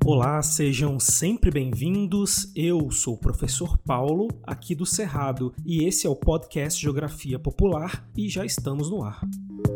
Olá, sejam sempre bem-vindos. Eu sou o professor Paulo, aqui do Cerrado, e esse é o podcast Geografia Popular e já estamos no ar.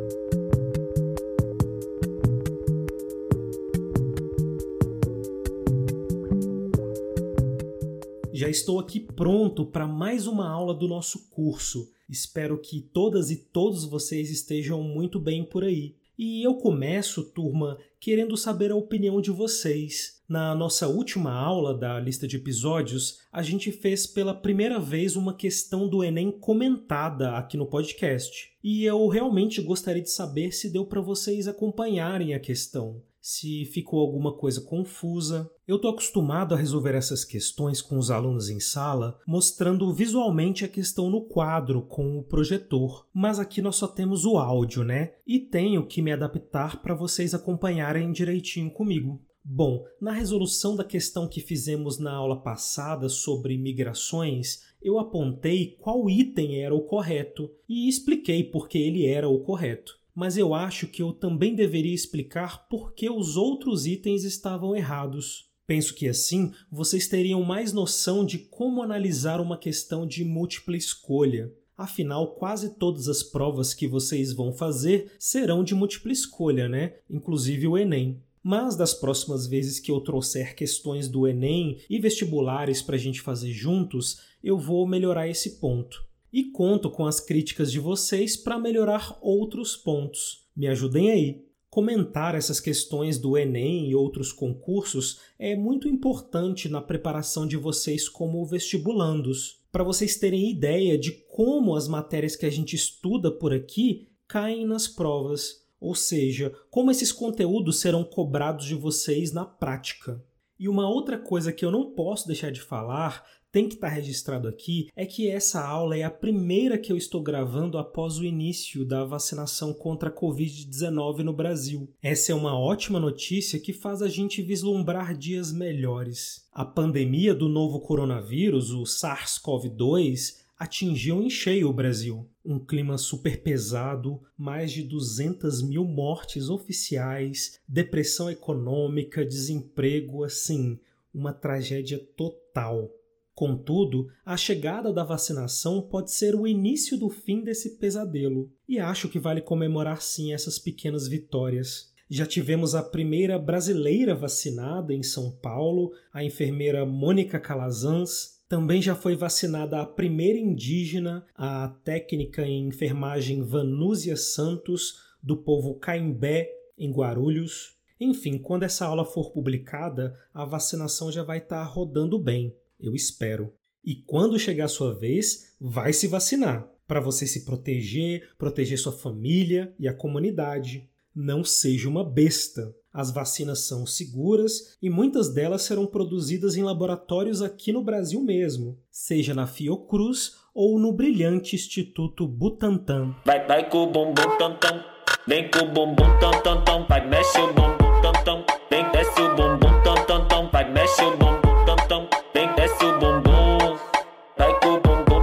Já estou aqui pronto para mais uma aula do nosso curso. Espero que todas e todos vocês estejam muito bem por aí. E eu começo, turma, querendo saber a opinião de vocês. Na nossa última aula da lista de episódios, a gente fez pela primeira vez uma questão do Enem comentada aqui no podcast. E eu realmente gostaria de saber se deu para vocês acompanharem a questão. Se ficou alguma coisa confusa. Eu estou acostumado a resolver essas questões com os alunos em sala, mostrando visualmente a questão no quadro com o projetor. Mas aqui nós só temos o áudio, né? E tenho que me adaptar para vocês acompanharem direitinho comigo. Bom, na resolução da questão que fizemos na aula passada sobre migrações, eu apontei qual item era o correto e expliquei por que ele era o correto. Mas eu acho que eu também deveria explicar por que os outros itens estavam errados. Penso que assim vocês teriam mais noção de como analisar uma questão de múltipla escolha. Afinal, quase todas as provas que vocês vão fazer serão de múltipla escolha, né? Inclusive o Enem. Mas das próximas vezes que eu trouxer questões do Enem e vestibulares para a gente fazer juntos, eu vou melhorar esse ponto. E conto com as críticas de vocês para melhorar outros pontos. Me ajudem aí. Comentar essas questões do Enem e outros concursos é muito importante na preparação de vocês como vestibulandos, para vocês terem ideia de como as matérias que a gente estuda por aqui caem nas provas, ou seja, como esses conteúdos serão cobrados de vocês na prática. E uma outra coisa que eu não posso deixar de falar, tem que estar registrado aqui, é que essa aula é a primeira que eu estou gravando após o início da vacinação contra a Covid-19 no Brasil. Essa é uma ótima notícia que faz a gente vislumbrar dias melhores. A pandemia do novo coronavírus, o SARS-CoV-2, atingiu em cheio o Brasil. Um clima super pesado, mais de 200 mil mortes oficiais, depressão econômica, desemprego, assim, uma tragédia total. Contudo, a chegada da vacinação pode ser o início do fim desse pesadelo, e acho que vale comemorar sim essas pequenas vitórias. Já tivemos a primeira brasileira vacinada em São Paulo, a enfermeira Mônica Calazans. Também já foi vacinada a primeira indígena, a técnica em enfermagem Vanúzia Santos, do povo Caimbé, em Guarulhos. Enfim, quando essa aula for publicada, a vacinação já vai estar rodando bem. Eu espero. E quando chegar a sua vez, vai se vacinar, para você se proteger sua família e a comunidade. Não seja uma besta. As vacinas são seguras e muitas delas serão produzidas em laboratórios aqui no Brasil mesmo, seja na Fiocruz ou no brilhante Instituto Butantan. Vai com o bumbum tam tam, vem com o bumbum tam tam tam, vai mexe o bumbum tam tam, vem desce o bumbum tam tam tam, vai mexe o bumbum tam tam, vem desce o bumbum, vai com o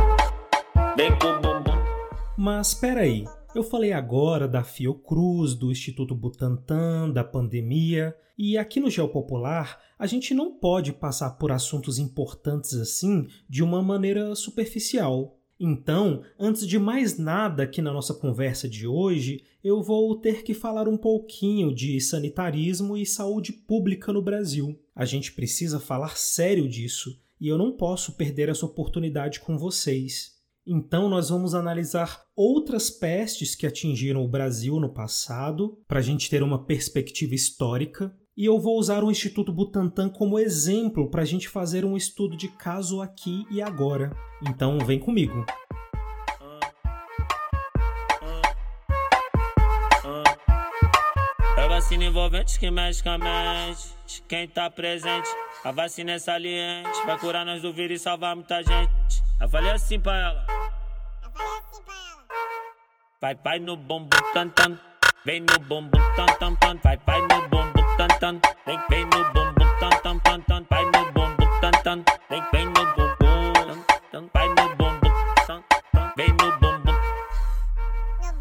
bumbum, vem com o bumbum. Mas espera aí. Eu falei agora da Fiocruz, do Instituto Butantan, da pandemia, e aqui no Geopopular a gente não pode passar por assuntos importantes assim de uma maneira superficial. Então, antes de mais nada aqui na nossa conversa de hoje, eu vou ter que falar um pouquinho de sanitarismo e saúde pública no Brasil. A gente precisa falar sério disso, e eu não posso perder essa oportunidade com vocês. Então, nós vamos analisar outras pestes que atingiram o Brasil no passado, para a gente ter uma perspectiva histórica, e eu vou usar o Instituto Butantan como exemplo para a gente fazer um estudo de caso aqui e agora. Então, vem comigo. É vacina envolvente que mexe com a mente. Quem tá presente, a vacina é saliente. Vai curar nós do vírus e salvar muita gente. Eu falei assim pra ela. Vai no bumbum tan tan, vem no bumbum tan tan tan, vai no bumbum tan tan, vem no bumbum tan tan tan tan, vai no bumbum tan tan, vem no bumbum tan tan, vai no bumbum tan tan, vem no bumbum.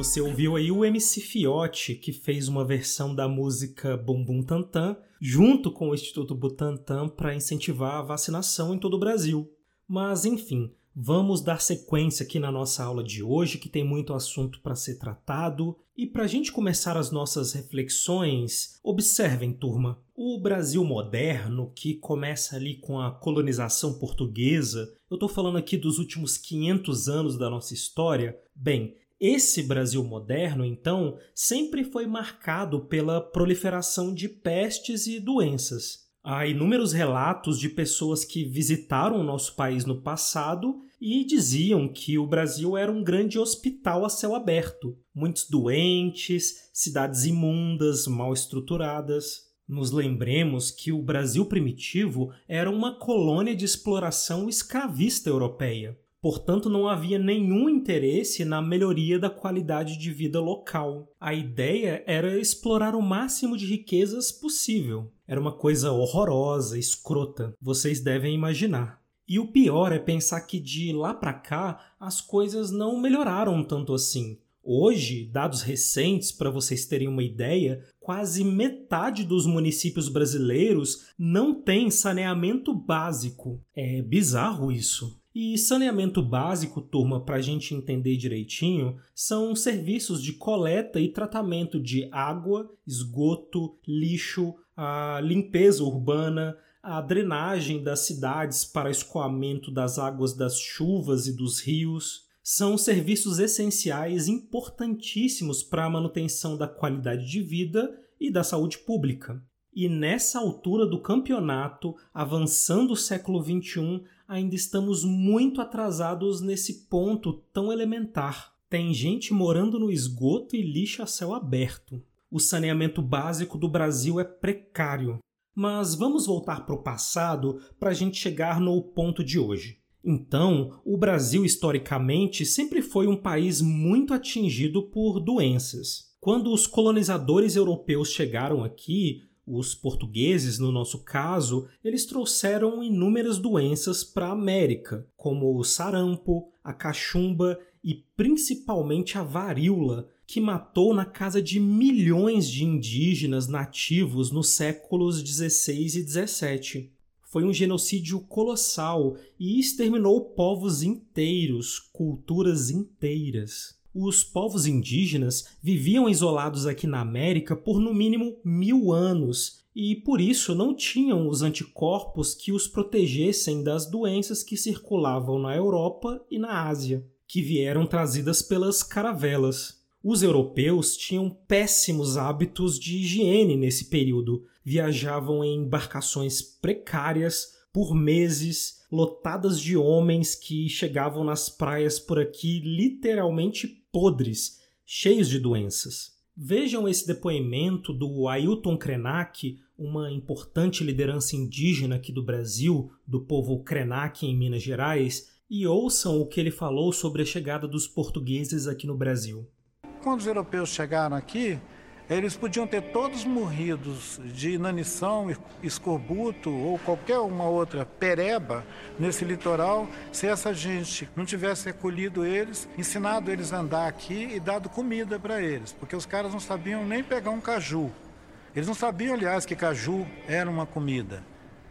Você ouviu aí o MC Fiote, que fez uma versão da música Bumbum Tantan, junto com o Instituto Butantan para incentivar a vacinação em todo o Brasil. Mas, enfim, vamos dar sequência aqui na nossa aula de hoje, que tem muito assunto para ser tratado. E para a gente começar as nossas reflexões, observem, turma, o Brasil moderno, que começa ali com a colonização portuguesa, eu estou falando aqui dos últimos 500 anos da nossa história, bem, esse Brasil moderno, então, sempre foi marcado pela proliferação de pestes e doenças. Há inúmeros relatos de pessoas que visitaram o nosso país no passado e diziam que o Brasil era um grande hospital a céu aberto. Muitos doentes, cidades imundas, mal estruturadas. Nos lembremos que o Brasil primitivo era uma colônia de exploração escravista europeia. Portanto, não havia nenhum interesse na melhoria da qualidade de vida local. A ideia era explorar o máximo de riquezas possível. Era uma coisa horrorosa, escrota, vocês devem imaginar. E o pior é pensar que de lá para cá as coisas não melhoraram tanto assim. Hoje, dados recentes, para vocês terem uma ideia, quase metade dos municípios brasileiros não tem saneamento básico. É bizarro isso. E saneamento básico, turma, para a gente entender direitinho, são serviços de coleta e tratamento de água, esgoto, lixo, a limpeza urbana, a drenagem das cidades para escoamento das águas das chuvas e dos rios. São serviços essenciais importantíssimos para a manutenção da qualidade de vida e da saúde pública. E nessa altura do campeonato, avançando o século XXI, ainda estamos muito atrasados nesse ponto tão elementar. Tem gente morando no esgoto e lixo a céu aberto. O saneamento básico do Brasil é precário. Mas vamos voltar para o passado para a gente chegar no ponto de hoje. Então, o Brasil, historicamente, sempre foi um país muito atingido por doenças. Quando os colonizadores europeus chegaram aqui, os portugueses, no nosso caso, eles trouxeram inúmeras doenças para a América, como o sarampo, a cachumba e principalmente a varíola, que matou na casa de milhões de indígenas nativos nos séculos XVI e XVII. Foi um genocídio colossal e exterminou povos inteiros, culturas inteiras. Os povos indígenas viviam isolados aqui na América por no mínimo 1000 anos e por isso não tinham os anticorpos que os protegessem das doenças que circulavam na Europa e na Ásia, que vieram trazidas pelas caravelas. Os europeus tinham péssimos hábitos de higiene nesse período. Viajavam em embarcações precárias por meses, lotadas de homens que chegavam nas praias por aqui literalmente podres, cheios de doenças. Vejam esse depoimento do Ailton Krenak, uma importante liderança indígena aqui do Brasil, do povo Krenak em Minas Gerais, e ouçam o que ele falou sobre a chegada dos portugueses aqui no Brasil. Quando os europeus chegaram aqui, eles podiam ter todos morridos de inanição, escorbuto ou qualquer uma outra pereba nesse litoral se essa gente não tivesse acolhido eles, ensinado eles a andar aqui e dado comida para eles, porque os caras não sabiam nem pegar um caju. Eles não sabiam, aliás, que caju era uma comida.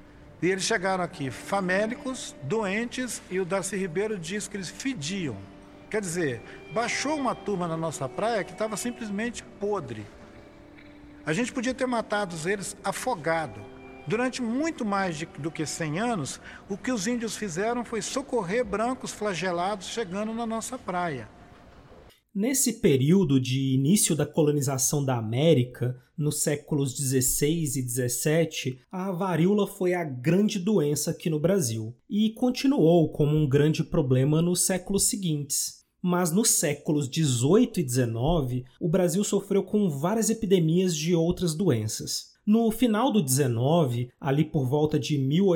E eles chegaram aqui famélicos, doentes, e o Darcy Ribeiro diz que eles fediam. Quer dizer, baixou uma turma na nossa praia que estava simplesmente podre. A gente podia ter matado eles afogado. Durante muito mais do que 100 anos, o que os índios fizeram foi socorrer brancos flagelados chegando na nossa praia. Nesse período de início da colonização da América, nos séculos XVI e XVII, a varíola foi a grande doença aqui no Brasil e continuou como um grande problema nos séculos seguintes. Mas nos séculos XVIII e XIX, o Brasil sofreu com várias epidemias de outras doenças. No final do XIX, ali por volta de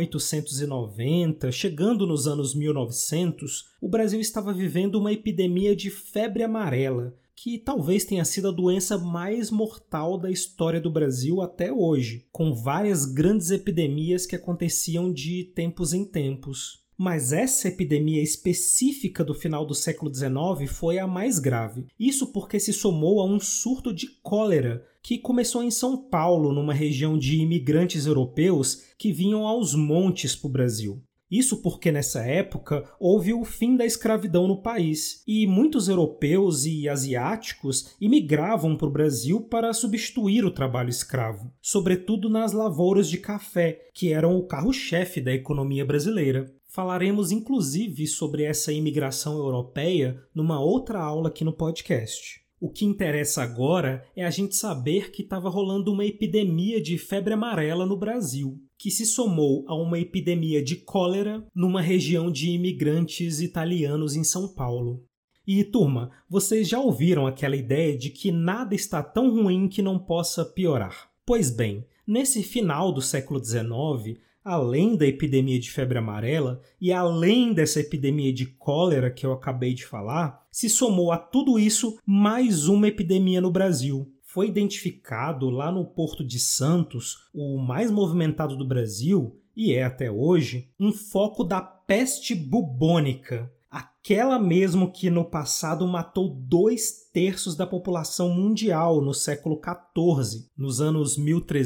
1890, chegando nos anos 1900, o Brasil estava vivendo uma epidemia de febre amarela, que talvez tenha sido a doença mais mortal da história do Brasil até hoje, com várias grandes epidemias que aconteciam de tempos em tempos. Mas essa epidemia específica do final do século XIX foi a mais grave. Isso porque se somou a um surto de cólera que começou em São Paulo, numa região de imigrantes europeus que vinham aos montes para o Brasil. Isso porque nessa época houve o fim da escravidão no país e muitos europeus e asiáticos imigravam para o Brasil para substituir o trabalho escravo, sobretudo nas lavouras de café, que eram o carro-chefe da economia brasileira. Falaremos inclusive sobre essa imigração europeia numa outra aula aqui no podcast. O que interessa agora é a gente saber que estava rolando uma epidemia de febre amarela no Brasil, que se somou a uma epidemia de cólera numa região de imigrantes italianos em São Paulo. E, turma, vocês já ouviram aquela ideia de que nada está tão ruim que não possa piorar? Pois bem, nesse final do século XIX, além da epidemia de febre amarela e além dessa epidemia de cólera que eu acabei de falar, se somou a tudo isso mais uma epidemia no Brasil. Foi identificado lá no Porto de Santos, o mais movimentado do Brasil, e é até hoje, um foco da peste bubônica, aquela mesmo que no passado matou 2/3 da população mundial no século XIV, nos anos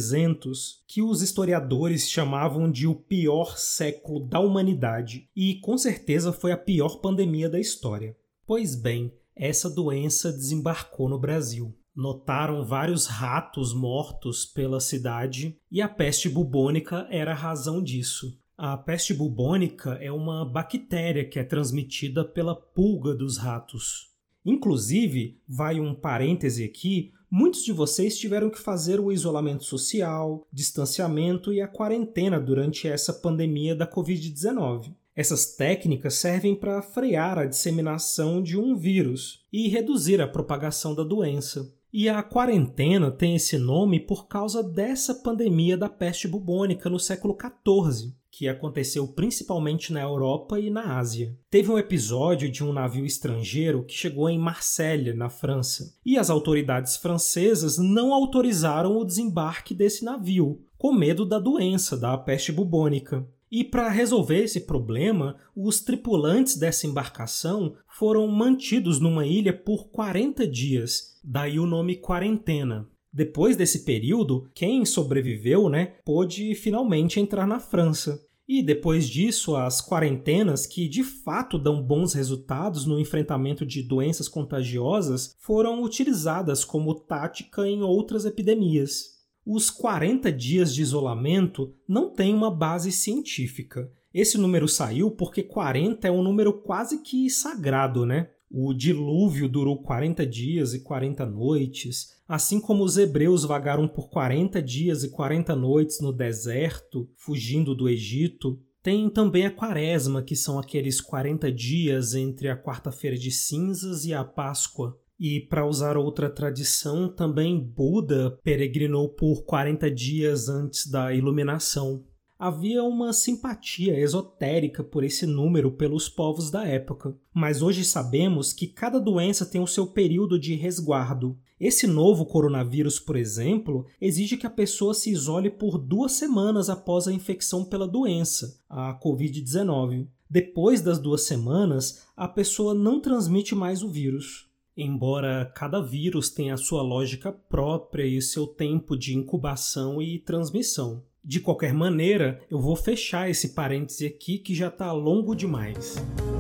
1300, que os historiadores chamavam de o pior século da humanidade, e com certeza foi a pior pandemia da história. Pois bem, essa doença desembarcou no Brasil. Notaram vários ratos mortos pela cidade e a peste bubônica era a razão disso. A peste bubônica é uma bactéria que é transmitida pela pulga dos ratos. Inclusive, vai um parêntese aqui, muitos de vocês tiveram que fazer o isolamento social, distanciamento e a quarentena durante essa pandemia da Covid-19. Essas técnicas servem para frear a disseminação de um vírus e reduzir a propagação da doença. E a quarentena tem esse nome por causa dessa pandemia da peste bubônica no século XIV, que aconteceu principalmente na Europa e na Ásia. Teve um episódio de um navio estrangeiro que chegou em Marselha, na França, e as autoridades francesas não autorizaram o desembarque desse navio, com medo da doença, da peste bubônica. E para resolver esse problema, os tripulantes dessa embarcação foram mantidos numa ilha por 40 dias, daí o nome quarentena. Depois desse período, quem sobreviveu, pôde finalmente entrar na França. E depois disso, as quarentenas, que de fato dão bons resultados no enfrentamento de doenças contagiosas, foram utilizadas como tática em outras epidemias. Os 40 dias de isolamento não têm uma base científica. Esse número saiu porque 40 é um número quase que sagrado, O dilúvio durou 40 dias e 40 noites, assim como os hebreus vagaram por 40 dias e 40 noites no deserto, fugindo do Egito. Tem também a Quaresma, que são aqueles 40 dias entre a quarta-feira de cinzas e a Páscoa. E, para usar outra tradição, também Buda peregrinou por 40 dias antes da iluminação. Havia uma simpatia esotérica por esse número pelos povos da época, mas hoje sabemos que cada doença tem o seu período de resguardo. Esse novo coronavírus, por exemplo, exige que a pessoa se isole por 2 semanas após a infecção pela doença, a Covid-19. Depois das 2 semanas, a pessoa não transmite mais o vírus. Embora cada vírus tenha a sua lógica própria e seu tempo de incubação e transmissão. De qualquer maneira, eu vou fechar esse parêntese aqui que já está longo demais.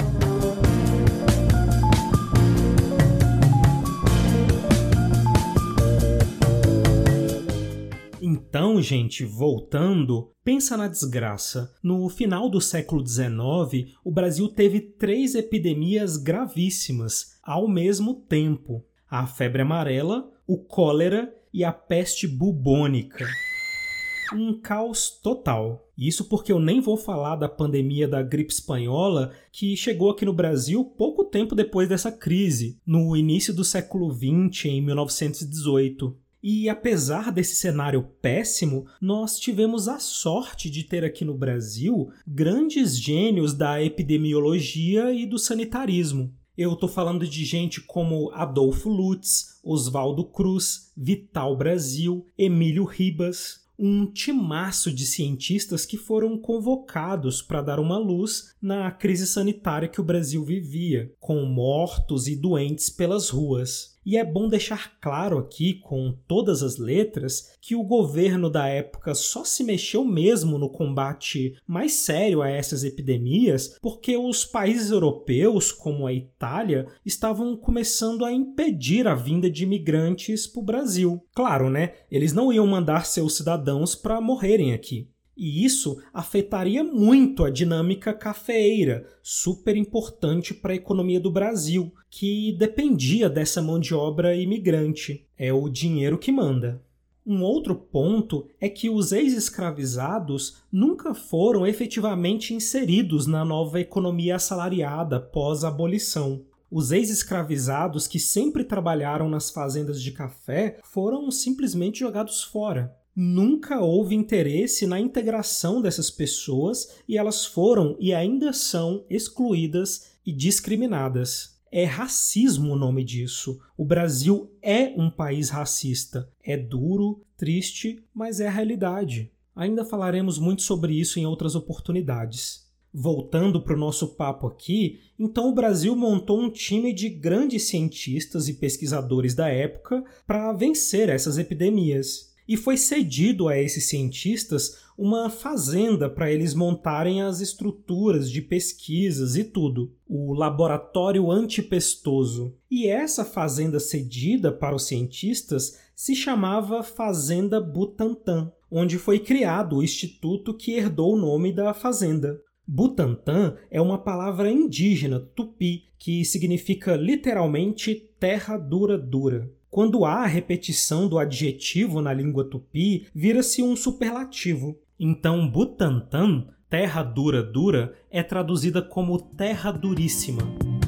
Então, gente, voltando, pensa na desgraça. No final do século XIX, o Brasil teve 3 epidemias gravíssimas ao mesmo tempo: a febre amarela, o cólera e a peste bubônica. Um caos total. Isso porque eu nem vou falar da pandemia da gripe espanhola, que chegou aqui no Brasil pouco tempo depois dessa crise, no início do século XX, em 1918. E apesar desse cenário péssimo, nós tivemos a sorte de ter aqui no Brasil grandes gênios da epidemiologia e do sanitarismo. Eu estou falando de gente como Adolfo Lutz, Oswaldo Cruz, Vital Brasil, Emílio Ribas. um timaço de cientistas que foram convocados para dar uma luz na crise sanitária que o Brasil vivia, com mortos e doentes pelas ruas. E é bom deixar claro aqui, com todas as letras, que o governo da época só se mexeu mesmo no combate mais sério a essas epidemias porque os países europeus, como a Itália, estavam começando a impedir a vinda de imigrantes para o Brasil. Claro, né? Eles não iam mandar seus cidadãos para morrerem aqui. E isso afetaria muito a dinâmica cafeeira, super importante para a economia do Brasil, que dependia dessa mão de obra imigrante. É o dinheiro que manda. Um outro ponto é que os ex-escravizados nunca foram efetivamente inseridos na nova economia assalariada pós-abolição. Os ex-escravizados que sempre trabalharam nas fazendas de café foram simplesmente jogados fora. Nunca houve interesse na integração dessas pessoas e elas foram e ainda são excluídas e discriminadas. É racismo o nome disso. O Brasil é um país racista. É duro, triste, mas é a realidade. Ainda falaremos muito sobre isso em outras oportunidades. Voltando para o nosso papo aqui, então o Brasil montou um time de grandes cientistas e pesquisadores da época para vencer essas epidemias. E foi cedido a esses cientistas uma fazenda para eles montarem as estruturas de pesquisas e tudo, o Laboratório Antipestoso. E essa fazenda cedida para os cientistas se chamava Fazenda Butantã, onde foi criado o instituto que herdou o nome da fazenda. Butantã é uma palavra indígena tupi que significa literalmente terra dura dura. Quando há a repetição do adjetivo na língua tupi, vira-se um superlativo. Então, Butantã, terra dura dura, é traduzida como terra duríssima.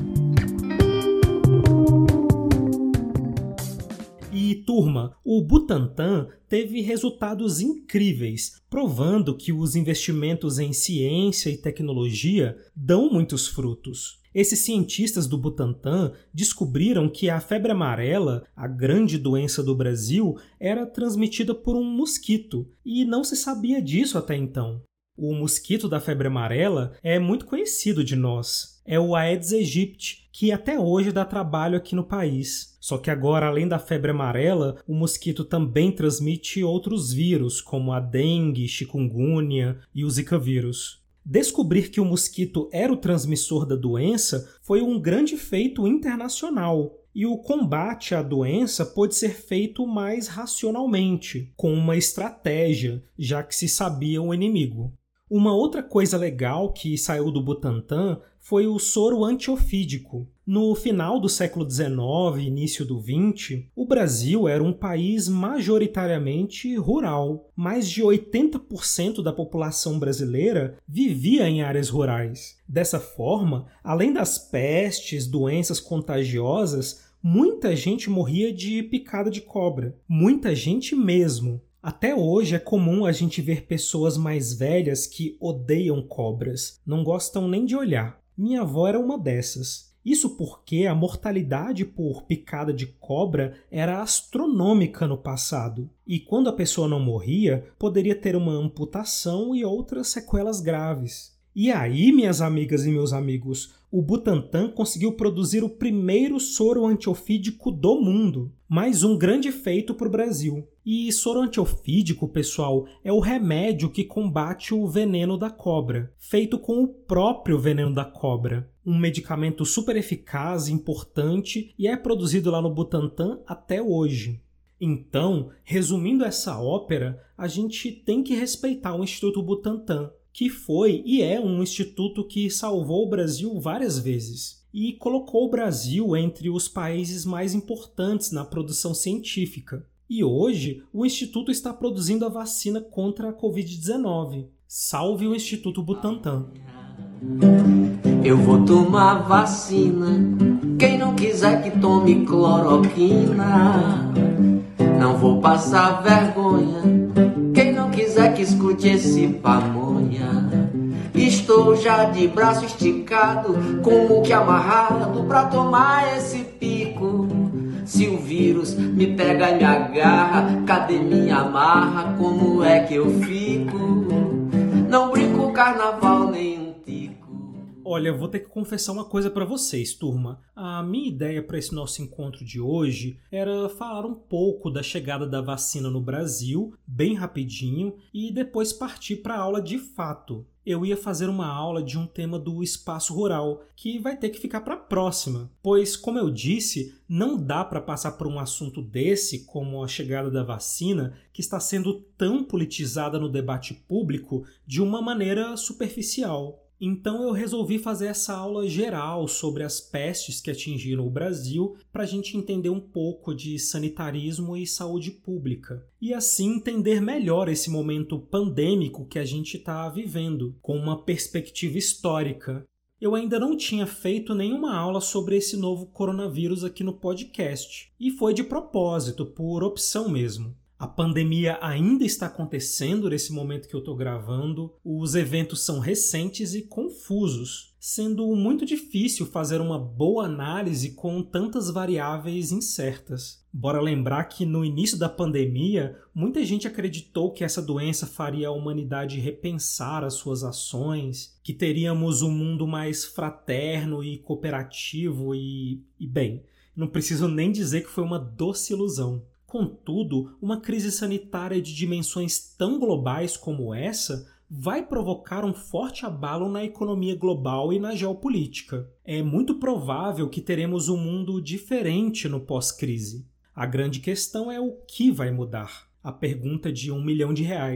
E, turma, o Butantã teve resultados incríveis, provando que os investimentos em ciência e tecnologia dão muitos frutos. Esses cientistas do Butantã descobriram que a febre amarela, a grande doença do Brasil, era transmitida por um mosquito, e não se sabia disso até então. O mosquito da febre amarela é muito conhecido de nós. É o Aedes aegypti, que até hoje dá trabalho aqui no país. Só que agora, além da febre amarela, o mosquito também transmite outros vírus, como a dengue, chikungunya e o zika vírus. Descobrir que o mosquito era o transmissor da doença foi um grande feito internacional, e o combate à doença pôde ser feito mais racionalmente, com uma estratégia, já que se sabia o inimigo. Uma outra coisa legal que saiu do Butantã foi o soro antiofídico. No final do século XIX e início do XX, o Brasil era um país majoritariamente rural. Mais de 80% da população brasileira vivia em áreas rurais. Dessa forma, além das pestes, doenças contagiosas, muita gente morria de picada de cobra. Muita gente mesmo. Até hoje é comum a gente ver pessoas mais velhas que odeiam cobras, não gostam nem de olhar. Minha avó era uma dessas. Isso porque a mortalidade por picada de cobra era astronômica no passado. E quando a pessoa não morria, poderia ter uma amputação e outras sequelas graves. E aí, minhas amigas e meus amigos, o Butantã conseguiu produzir o primeiro soro antiofídico do mundo. Mais um grande feito para o Brasil. E soro antiofídico, pessoal, é o remédio que combate o veneno da cobra, feito com o próprio veneno da cobra. Um medicamento super eficaz, importante e é produzido lá no Butantã até hoje. Então, resumindo essa ópera, a gente tem que respeitar o Instituto Butantã, que foi e é um instituto que salvou o Brasil várias vezes e colocou o Brasil entre os países mais importantes na produção científica. E hoje, o Instituto está produzindo a vacina contra a Covid-19. Salve o Instituto Butantã! Eu vou tomar vacina, quem não quiser que tome cloroquina. Não vou passar vergonha, quem não quiser que escute esse pamonha. Estou já de braço esticado, com o que amarrado pra tomar esse pico. Se o vírus me pega e me agarra, cadê minha marra? Como é que eu fico? Não brinco carnaval nem um tico. Olha, vou ter que confessar uma coisa pra vocês, turma. A minha ideia para esse nosso encontro de hoje era falar um pouco da chegada da vacina no Brasil, bem rapidinho, e depois partir para a aula de fato. Eu ia fazer uma aula de um tema do espaço rural, que vai ter que ficar para a próxima, pois, como eu disse, não dá para passar por um assunto desse, como a chegada da vacina, que está sendo tão politizada no debate público, de uma maneira superficial. Então eu resolvi fazer essa aula geral sobre as pestes que atingiram o Brasil para a gente entender um pouco de sanitarismo e saúde pública. E assim entender melhor esse momento pandêmico que a gente está vivendo, com uma perspectiva histórica. Eu ainda não tinha feito nenhuma aula sobre esse novo coronavírus aqui no podcast. E foi de propósito, por opção mesmo. A pandemia ainda está acontecendo nesse momento que eu estou gravando, os eventos são recentes e confusos, sendo muito difícil fazer uma boa análise com tantas variáveis incertas. Bora lembrar que no início da pandemia, muita gente acreditou que essa doença faria a humanidade repensar as suas ações, que teríamos um mundo mais fraterno e cooperativo e bem, não preciso nem dizer que foi uma doce ilusão. Contudo, uma crise sanitária de dimensões tão globais como essa vai provocar um forte abalo na economia global e na geopolítica. É muito provável que teremos um mundo diferente no pós-crise. A grande questão é o que vai mudar. A pergunta de R$1 milhão.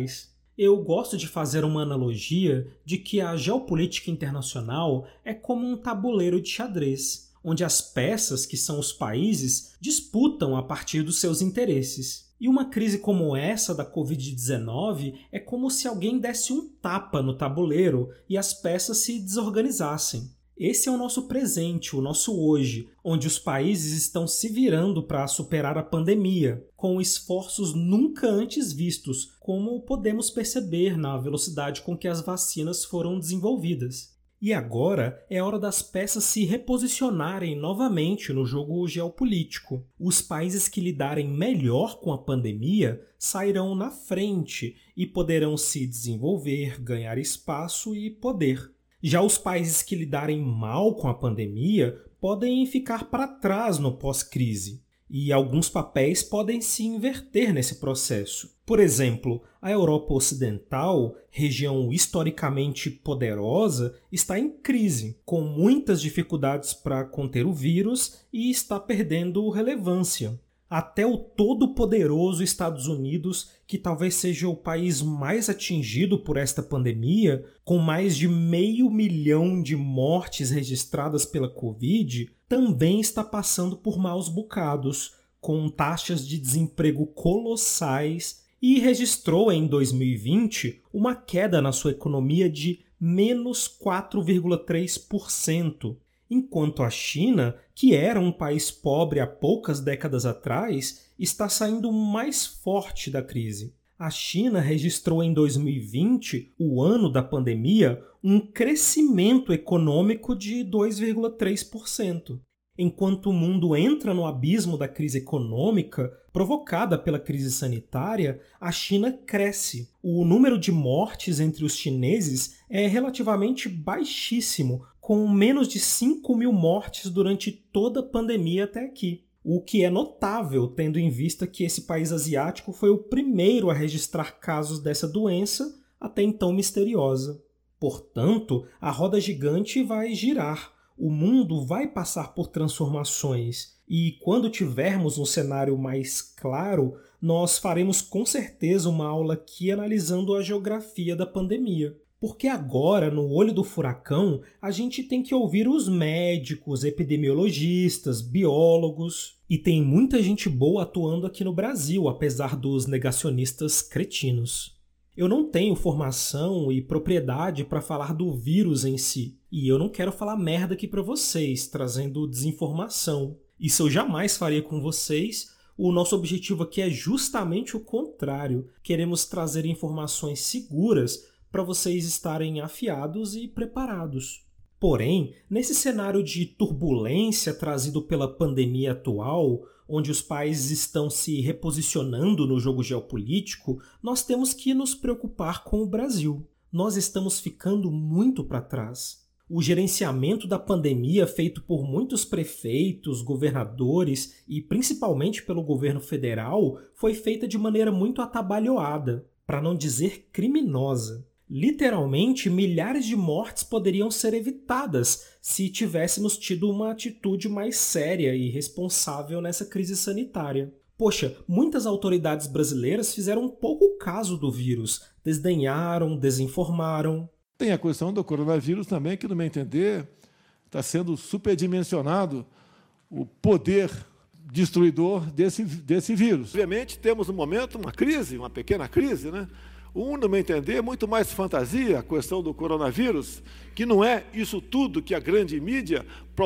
Eu gosto de fazer uma analogia de que a geopolítica internacional é como um tabuleiro de xadrez, onde as peças, que são os países, disputam a partir dos seus interesses. E uma crise como essa da Covid-19 é como se alguém desse um tapa no tabuleiro e as peças se desorganizassem. Esse é o nosso presente, o nosso hoje, onde os países estão se virando para superar a pandemia, com esforços nunca antes vistos, como podemos perceber na velocidade com que as vacinas foram desenvolvidas. E agora é hora das peças se reposicionarem novamente no jogo geopolítico. Os países que lidarem melhor com a pandemia sairão na frente e poderão se desenvolver, ganhar espaço e poder. Já os países que lidarem mal com a pandemia podem ficar para trás no pós-crise. E alguns papéis podem se inverter nesse processo. Por exemplo, a Europa Ocidental, região historicamente poderosa, está em crise, com muitas dificuldades para conter o vírus e está perdendo relevância. Até o todo-poderoso Estados Unidos, que talvez seja o país mais atingido por esta pandemia, com mais de 500 mil de mortes registradas pela Covid, também está passando por maus bocados, com taxas de desemprego colossais e registrou em 2020 uma queda na sua economia de menos 4,3%. Enquanto a China, que era um país pobre há poucas décadas atrás, está saindo mais forte da crise. A China registrou em 2020, o ano da pandemia, um crescimento econômico de 2,3%. Enquanto o mundo entra no abismo da crise econômica provocada pela crise sanitária, a China cresce. O número de mortes entre os chineses é relativamente baixíssimo, com menos de 5 mil mortes durante toda a pandemia até aqui. O que é notável, tendo em vista que esse país asiático foi o primeiro a registrar casos dessa doença, até então misteriosa. Portanto, a roda gigante vai girar. O mundo vai passar por transformações e, quando tivermos um cenário mais claro, nós faremos com certeza uma aula aqui analisando a geografia da pandemia. Porque agora, no olho do furacão, a gente tem que ouvir os médicos, epidemiologistas, biólogos. E tem muita gente boa atuando aqui no Brasil, apesar dos negacionistas cretinos. Eu não tenho formação e propriedade para falar do vírus em si. E eu não quero falar merda aqui para vocês, trazendo desinformação. Isso eu jamais faria com vocês. O nosso objetivo aqui é justamente o contrário. Queremos trazer informações seguras para vocês estarem afiados e preparados. Porém, nesse cenário de turbulência trazido pela pandemia atual, onde os países estão se reposicionando no jogo geopolítico, nós temos que nos preocupar com o Brasil. Nós estamos ficando muito para trás. O gerenciamento da pandemia feito por muitos prefeitos, governadores e principalmente pelo governo federal foi feita de maneira muito atabalhoada, para não dizer criminosa. Literalmente, milhares de mortes poderiam ser evitadas se tivéssemos tido uma atitude mais séria e responsável nessa crise sanitária. Poxa, muitas autoridades brasileiras fizeram pouco caso do vírus, desdenharam, desinformaram. Tem a questão do coronavírus também, que, no meu entender, está sendo superdimensionado o poder destruidor desse vírus. Obviamente, temos no momento uma crise, uma pequena crise, né? No meu entender, é muito mais fantasia a questão do coronavírus, que não é isso tudo que a grande mídia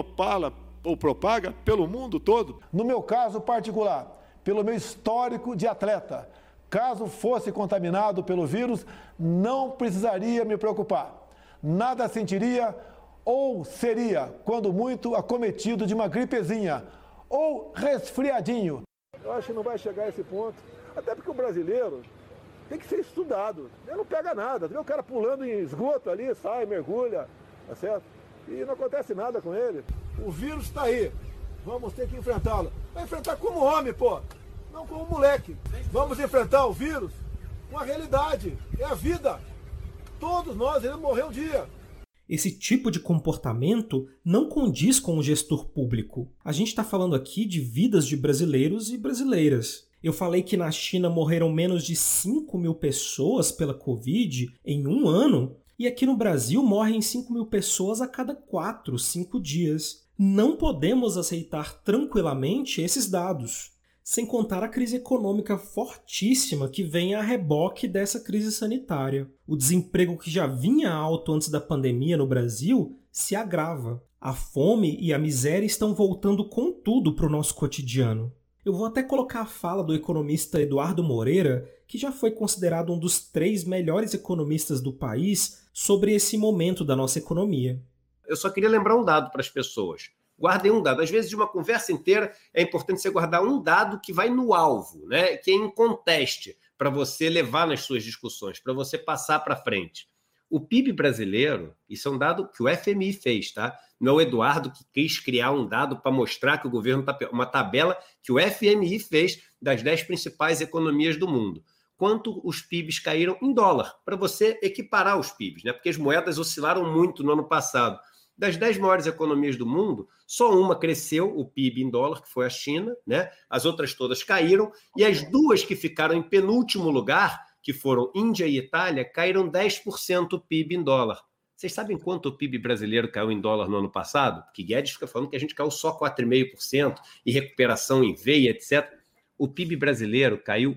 propaga pelo mundo todo. No meu caso particular, pelo meu histórico de atleta, caso fosse contaminado pelo vírus, não precisaria me preocupar. Nada sentiria ou seria, quando muito, acometido de uma gripezinha ou resfriadinho. Eu acho que não vai chegar a esse ponto, até porque o brasileiro tem que ser estudado. Ele não pega nada. Vê o cara pulando em esgoto ali, sai, mergulha, tá certo? E não acontece nada com ele. O vírus está aí. Vamos ter que enfrentá-lo. Vai enfrentar como homem, pô. Não como moleque. Vamos enfrentar o vírus com a realidade. É a vida. Todos nós iremos morrer um dia. Esse tipo de comportamento não condiz com o gestor público. A gente está falando aqui de vidas de brasileiros e brasileiras. Eu falei que na China morreram menos de 5.000 pessoas pela Covid em um ano, e aqui no Brasil morrem 5.000 pessoas a cada 4, 5 dias. Não podemos aceitar tranquilamente esses dados, sem contar a crise econômica fortíssima que vem a reboque dessa crise sanitária. O desemprego que já vinha alto antes da pandemia no Brasil se agrava. A fome e a miséria estão voltando com tudo para o nosso cotidiano. Eu vou até colocar a fala do economista Eduardo Moreira, que já foi considerado um dos 3 melhores economistas do país, sobre esse momento da nossa economia. Eu só queria lembrar um dado para as pessoas. Guardem um dado. Às vezes, de uma conversa inteira, é importante você guardar um dado que vai no alvo, né? Que é em conteste, para você levar nas suas discussões, para você passar para frente. O PIB brasileiro, isso é um dado que o FMI fez, tá? Não é o Eduardo que quis criar um dado para mostrar que o governo está... Uma tabela que o FMI fez das 10 principais economias do mundo. Quanto os PIBs caíram em dólar, para você equiparar os PIBs, né? Porque as moedas oscilaram muito no ano passado. Das 10 maiores economias do mundo, só uma cresceu, o PIB em dólar, que foi a China, né? As outras todas caíram, e as duas que ficaram em penúltimo lugar, que foram Índia e Itália, caíram 10% o PIB em dólar. Vocês sabem quanto o PIB brasileiro caiu em dólar no ano passado? Porque Guedes fica falando que a gente caiu só 4,5% e recuperação em V, etc. O PIB brasileiro caiu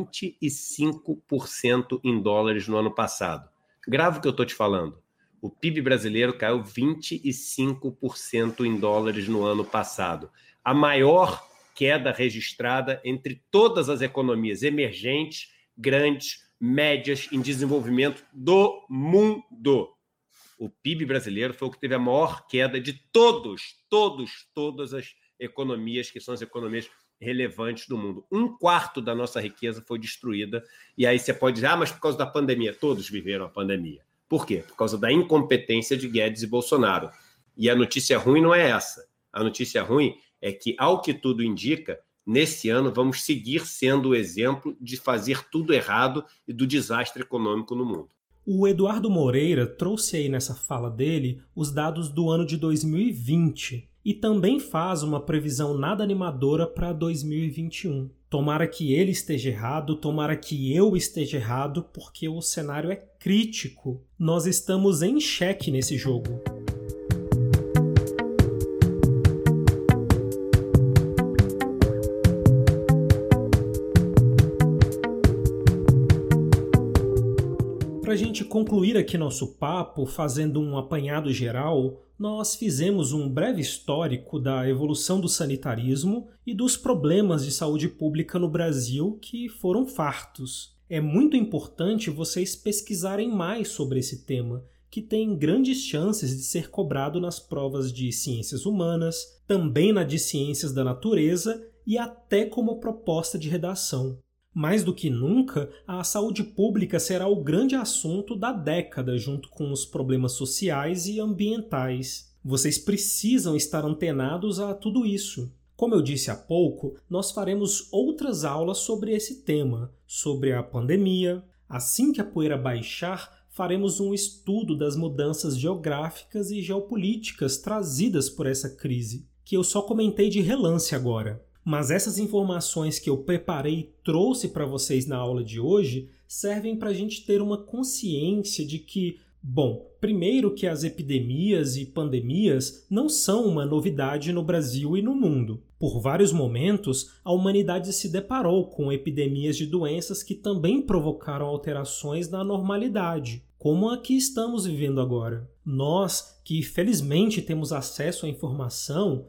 25% em dólares no ano passado. Grave o que eu estou te falando. O PIB brasileiro caiu 25% em dólares no ano passado. A maior queda registrada entre todas as economias emergentes, grandes, médias, em desenvolvimento do mundo. O PIB brasileiro foi o que teve a maior queda de todas as economias, que são as economias relevantes do mundo. 1/4 da nossa riqueza foi destruída. E aí você pode dizer, mas por causa da pandemia. Todos viveram a pandemia. Por quê? Por causa da incompetência de Guedes e Bolsonaro. E a notícia ruim não é essa. A notícia ruim é que, ao que tudo indica, nesse ano vamos seguir sendo o exemplo de fazer tudo errado e do desastre econômico no mundo. O Eduardo Moreira trouxe aí nessa fala dele os dados do ano de 2020 e também faz uma previsão nada animadora para 2021. Tomara que ele esteja errado, tomara que eu esteja errado, porque o cenário é crítico. Nós estamos em xeque nesse jogo. Para a gente concluir aqui nosso papo, fazendo um apanhado geral, nós fizemos um breve histórico da evolução do sanitarismo e dos problemas de saúde pública no Brasil, que foram fartos. É muito importante vocês pesquisarem mais sobre esse tema, que tem grandes chances de ser cobrado nas provas de ciências humanas, também na de ciências da natureza e até como proposta de redação. Mais do que nunca, a saúde pública será o grande assunto da década, junto com os problemas sociais e ambientais. Vocês precisam estar antenados a tudo isso. Como eu disse há pouco, nós faremos outras aulas sobre esse tema, sobre a pandemia. Assim que a poeira baixar, faremos um estudo das mudanças geográficas e geopolíticas trazidas por essa crise, que eu só comentei de relance agora. Mas essas informações que eu preparei e trouxe para vocês na aula de hoje servem para a gente ter uma consciência de que, primeiro que as epidemias e pandemias não são uma novidade no Brasil e no mundo. Por vários momentos, a humanidade se deparou com epidemias de doenças que também provocaram alterações na normalidade, como a que estamos vivendo agora. Nós, que felizmente temos acesso à informação,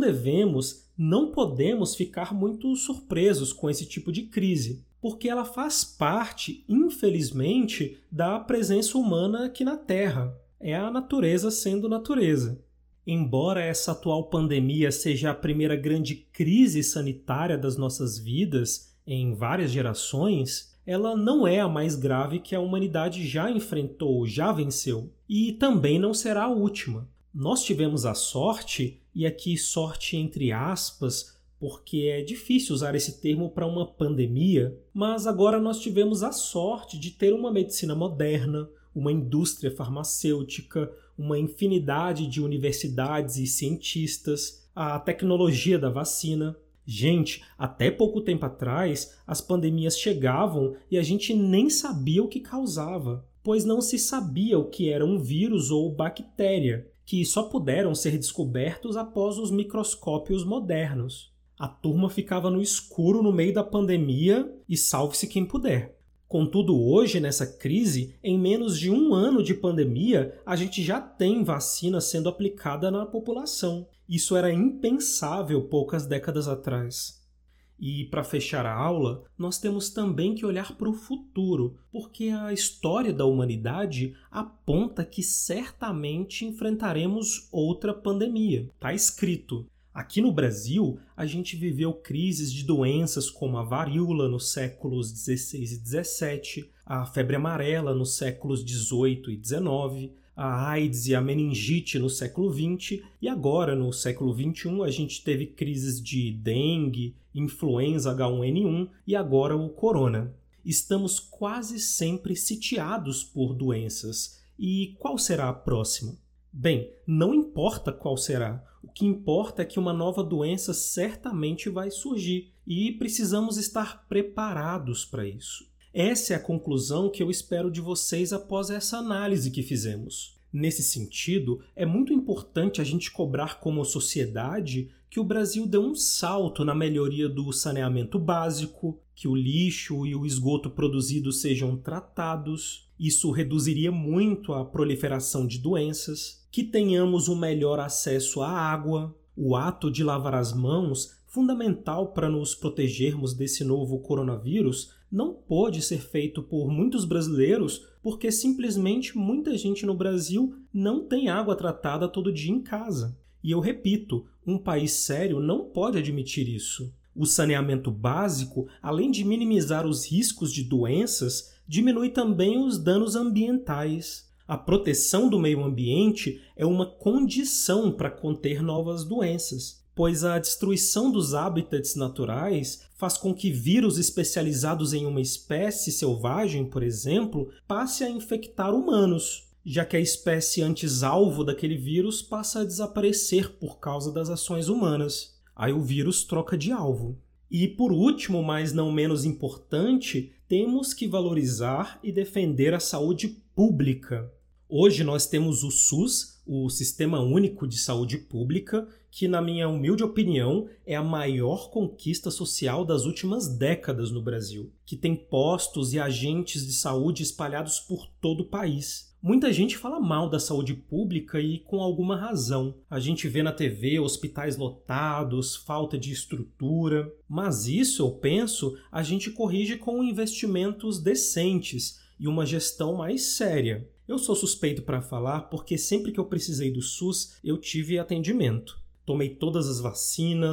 não podemos ficar muito surpresos com esse tipo de crise, porque ela faz parte, infelizmente, da presença humana aqui na Terra. É a natureza sendo natureza. Embora essa atual pandemia seja a primeira grande crise sanitária das nossas vidas em várias gerações, ela não é a mais grave que a humanidade já enfrentou, já venceu. E também não será a última. Nós tivemos a sorte, e aqui sorte entre aspas, porque é difícil usar esse termo para uma pandemia, mas agora nós tivemos a sorte de ter uma medicina moderna, uma indústria farmacêutica, uma infinidade de universidades e cientistas, a tecnologia da vacina. Gente, até pouco tempo atrás, as pandemias chegavam e a gente nem sabia o que causava, pois não se sabia o que era um vírus ou bactéria, que só puderam ser descobertos após os microscópios modernos. A turma ficava no escuro no meio da pandemia e salve-se quem puder. Contudo, hoje, nessa crise, em menos de 1 ano de pandemia, a gente já tem vacina sendo aplicada na população. Isso era impensável poucas décadas atrás. E, para fechar a aula, nós temos também que olhar para o futuro, porque a história da humanidade aponta que certamente enfrentaremos outra pandemia. Está escrito. Aqui no Brasil, a gente viveu crises de doenças como a varíola nos séculos XVI e XVII, a febre amarela nos séculos XVIII e XIX, a AIDS e a meningite no século XX, e agora, no século XXI, a gente teve crises de dengue, influenza H1N1 e agora o corona. Estamos quase sempre sitiados por doenças. E qual será a próxima? Bem, não importa qual será. O que importa é que uma nova doença certamente vai surgir e precisamos estar preparados para isso. Essa é a conclusão que eu espero de vocês após essa análise que fizemos. Nesse sentido, é muito importante a gente cobrar como sociedade que o Brasil dê um salto na melhoria do saneamento básico, que o lixo e o esgoto produzido sejam tratados. Isso reduziria muito a proliferação de doenças, que tenhamos um melhor acesso à água, o ato de lavar as mãos, fundamental para nos protegermos desse novo coronavírus, não pode ser feito por muitos brasileiros porque simplesmente muita gente no Brasil não tem água tratada todo dia em casa. E eu repito, um país sério não pode admitir isso. O saneamento básico, além de minimizar os riscos de doenças, diminui também os danos ambientais. A proteção do meio ambiente é uma condição para conter novas doenças, pois a destruição dos hábitats naturais faz com que vírus especializados em uma espécie selvagem, por exemplo, passe a infectar humanos, já que a espécie antes alvo daquele vírus passa a desaparecer por causa das ações humanas. Aí o vírus troca de alvo. E por último, mas não menos importante, temos que valorizar e defender a saúde pública. Hoje nós temos o SUS, o Sistema Único de Saúde Pública, que, na minha humilde opinião, é a maior conquista social das últimas décadas no Brasil, que tem postos e agentes de saúde espalhados por todo o país. Muita gente fala mal da saúde pública e com alguma razão. A gente vê na TV hospitais lotados, falta de estrutura, mas isso, eu penso, a gente corrige com investimentos decentes e uma gestão mais séria. Eu sou suspeito para falar porque sempre que eu precisei do SUS, eu tive atendimento. Tomei todas as vacinas,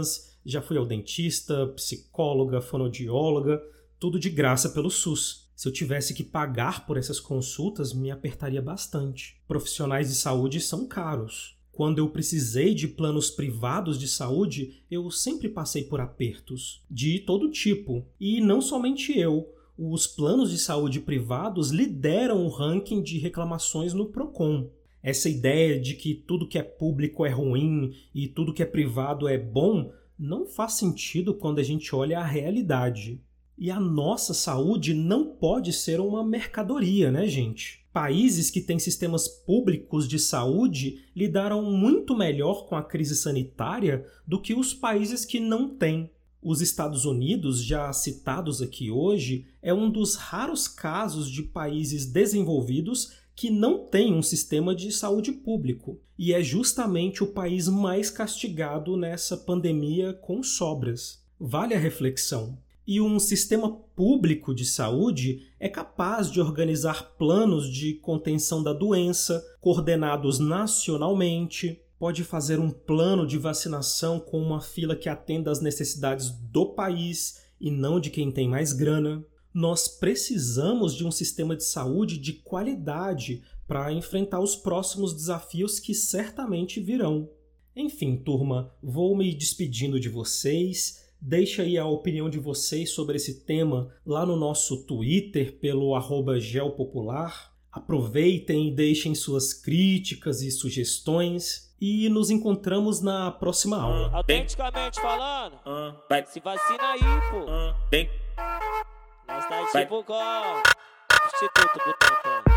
Já fui ao dentista, psicóloga, fonoaudióloga, tudo de graça pelo SUS. Se eu tivesse que pagar por essas consultas, me apertaria bastante. Profissionais de saúde são caros. Quando eu precisei de planos privados de saúde, eu sempre passei por apertos, de todo tipo. E não somente eu. Os planos de saúde privados lideram o ranking de reclamações no Procon. Essa ideia de que tudo que é público é ruim e tudo que é privado é bom não faz sentido quando a gente olha a realidade. E a nossa saúde não pode ser uma mercadoria, né, gente? Países que têm sistemas públicos de saúde lidaram muito melhor com a crise sanitária do que os países que não têm. Os Estados Unidos, já citados aqui hoje, é um dos raros casos de países desenvolvidos que não tem um sistema de saúde público. E é justamente o país mais castigado nessa pandemia com sobras. Vale a reflexão. E um sistema público de saúde é capaz de organizar planos de contenção da doença, coordenados nacionalmente, pode fazer um plano de vacinação com uma fila que atenda às necessidades do país e não de quem tem mais grana. Nós precisamos de um sistema de saúde de qualidade para enfrentar os próximos desafios que certamente virão. Enfim, turma, vou me despedindo de vocês. Deixa aí a opinião de vocês sobre esse tema lá no nosso Twitter, pelo @geopopular. Aproveitem e deixem suas críticas e sugestões. E nos encontramos na próxima aula. Autenticamente falando, se vacina aí, pô. Nós tá tipo com o Instituto Butantan.